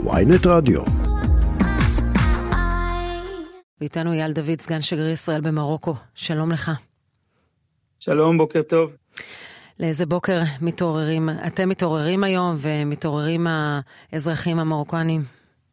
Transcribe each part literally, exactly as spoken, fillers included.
וויינט רדיו. ואיתנו אייל דוד, סגן שגריר ישראל במרוקו. שלום לך. שלום, בוקר טוב. לאיזה בוקר מתעוררים? אתם מתעוררים היום ומתעוררים האזרחים המרוקנים?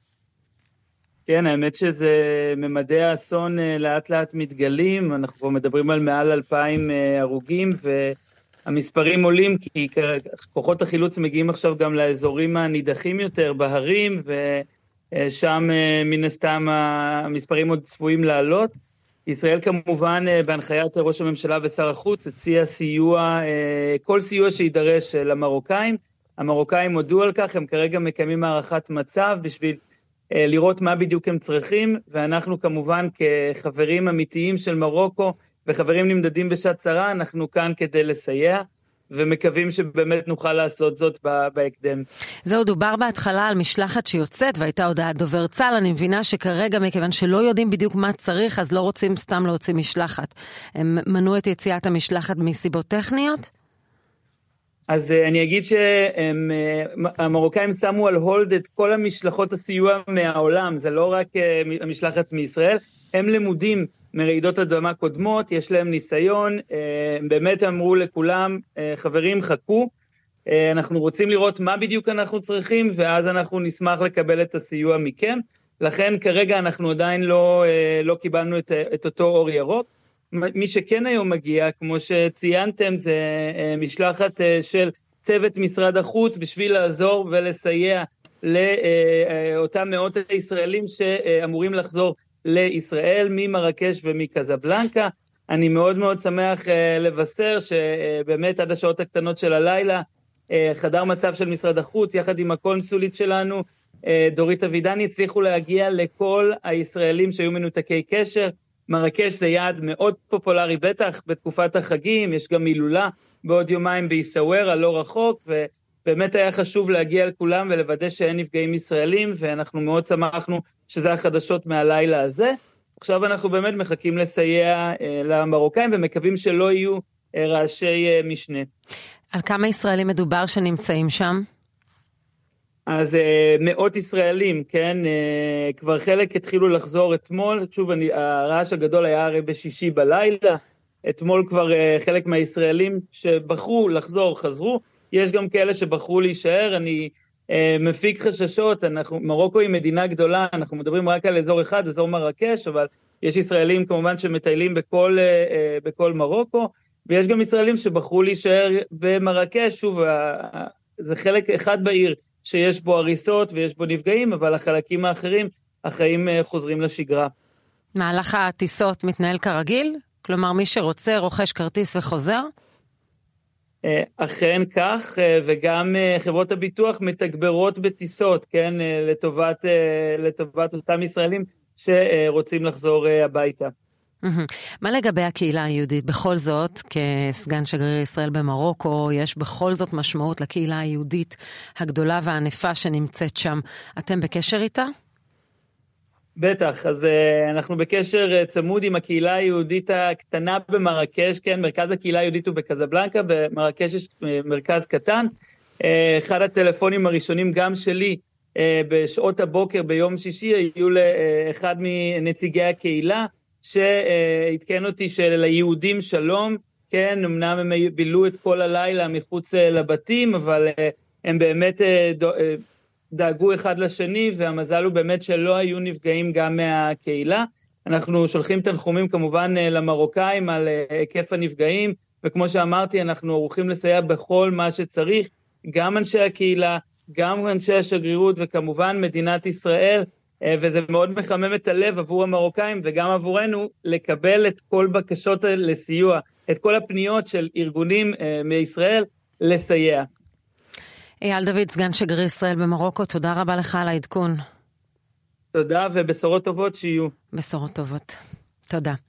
כן, האמת שזה ממדי האסון לאט לאט מתגלים. אנחנו כבר מדברים על מעל אלפיים הרוגים, והמספרים עולים כי כוחות החילוץ מגיעים עכשיו גם לאזורים הנידחים יותר בהרים, ושם מן הסתם המספרים עוד צפויים לעלות. ישראל כמובן בהנחיית ראש הממשלה ושר החוץ הציע סיוע, כל סיוע שידרש למרוקאים. המרוקאים הודו על כך, הם כרגע מקיימים הערכת מצב בשביל לראות מה בדיוק הם צריכים, ואנחנו כמובן כחברים אמיתיים של מרוקו וחברים נמדדים בשעת צרה, אנחנו כאן כדי לסייע, ומקווים שבאמת נוכל לעשות זאת בהקדם. זהו, דובר בהתחלה על משלחת שיוצאת, והייתה הודעת דובר צה"ל. אני מבינה שכרגע מכיוון שלא יודעים בדיוק מה צריך, אז לא רוצים סתם להוציא משלחת. הם מנעו את יציאת המשלחת מסיבות טכניות? אז אני אגיד שהמרוקאים שמו על הולד את כל המשלחות הסיוע מהעולם, זה לא רק המשלחת מישראל, הם למודים מרעידות אדמה קודמות, יש להם ניסיון, באמת אמרו לכולם, חברים חכו, אנחנו רוצים לראות מה בדיוק אנחנו צריכים, ואז אנחנו נשמח לקבל את הסיוע מכם, לכן כרגע אנחנו עדיין לא, לא קיבלנו את, את אותו אור ירוק. מי שכן היום מגיע, כמו שציינתם, זה משלחת של צוות משרד החוץ, בשביל לעזור ולסייע לאותם מאות הישראלים שאמורים לחזור לישראל, ממרקש ומקזבלנקה. אני מאוד מאוד שמח לבשר שבאמת עד השעות הקטנות של הלילה, חדר מצב של משרד החוץ, יחד עם הקונסולית שלנו, דורית אבידני, הצליחו להגיע לכל הישראלים שהיו מנותקי קשר. מרקש זה יעד מאוד פופולרי, בטח בתקופת החגים, יש גם הילולה בעוד יומיים ביסאווירה, לא רחוק, ובאמת היה חשוב להגיע לכולם ולוודא שאין נפגעים ישראלים, ואנחנו מאוד שמחנו שזה החדשות מהלילה הזה. עכשיו אנחנו באמת מחכים לסייע אה, למרוקאים, ומקווים שלא יהיו אה, רעשי אה, משנה. על כמה ישראלים מדובר שנמצאים שם? אז uh, מאות ישראלים, כן, uh, כבר חלק התחילו לחזור אתמול, שוב, אני, הרעש הגדול היה הרי בשישי בלילה, אתמול כבר uh, חלק מהישראלים שבחרו לחזור, חזרו, יש גם כאלה שבחרו להישאר, אני uh, מפיק חששות, אנחנו, מרוקו היא מדינה גדולה, אנחנו מדברים רק על אזור אחד, אזור מרקש, אבל יש ישראלים כמובן שמטיילים בכל, uh, uh, בכל מרוקו, ויש גם ישראלים שבחרו להישאר במרקש, שוב, uh, זה חלק אחד בעיר, שיש בו הריסות ויש בו נפגעים, אבל החלקים האחרים, החיים חוזרים לשגרה. מהלך הטיסות מתנהל כרגיל? כלומר, מי שרוצה רוכש כרטיס וחוזר? אכן כך, וגם חברות הביטוח מתגברות בטיסות, כן, לטובת, לטובת אותם ישראלים שרוצים לחזור הביתה. מה לגבי הקהילה היהודית? בכל זאת, כסגן שגריר ישראל במרוקו, יש בכל זאת משמעות לקהילה היהודית הגדולה והענפה שנמצאת שם. אתם בקשר איתה? בטח, אז אנחנו בקשר צמוד עם הקהילה היהודית הקטנה במרקש, כן, מרכז הקהילה היהודית הוא בקזבלנקה, במרקש יש מרכז קטן. אחד הטלפונים הראשונים גם שלי, בשעות הבוקר ביום שישי, היו לאחד מנציגי הקהילה, שהתקן אותי שליהודים שלום, כן, אמנם הם בילו את כל הלילה מחוץ לבתים, אבל הם באמת דאגו אחד לשני, והמזל הוא באמת שלא היו נפגעים גם מהקהילה. אנחנו שולחים תנחומים כמובן למרוקאים על היקף הנפגעים, וכמו שאמרתי, אנחנו ערוכים לסייע בכל מה שצריך, גם אנשי הקהילה, גם אנשי השגרירות, וכמובן מדינת ישראל, וזה מאוד מחמם את הלב עבור המרוקאים וגם עבורנו לקבל את כל בקשות לסיוע, את כל הפניות של ארגונים מישראל לסייע. אייל דוד, סגן שגריר ישראל במרוקו, תודה רבה לך על העדכון. תודה ובשורות טובות שיהיו. בשורות טובות. תודה.